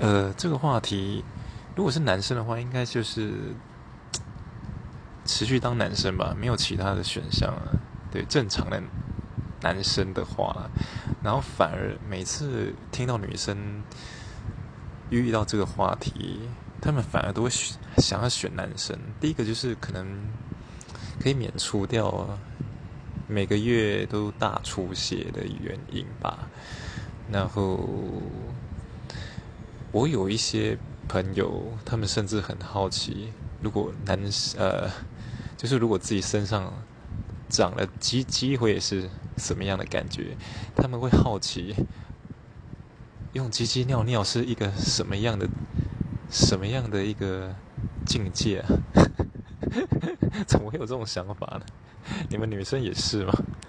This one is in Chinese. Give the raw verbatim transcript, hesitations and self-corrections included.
呃，这个话题，如果是男生的话，应该就是持续当男生吧，没有其他的选项啊。对，正常的男生的话，然后反而每次听到女生遇到这个话题，他们反而都会想要选男生。第一个就是可能可以免除掉每个月都大出血的原因吧。然后我有一些朋友，他们甚至很好奇，如果男呃，就是如果自己身上长了鸡鸡会是什么样的感觉？他们会好奇，用鸡鸡尿尿是一个什么样的什么样的一个境界啊？怎么会有这种想法呢？你们女生也是吗？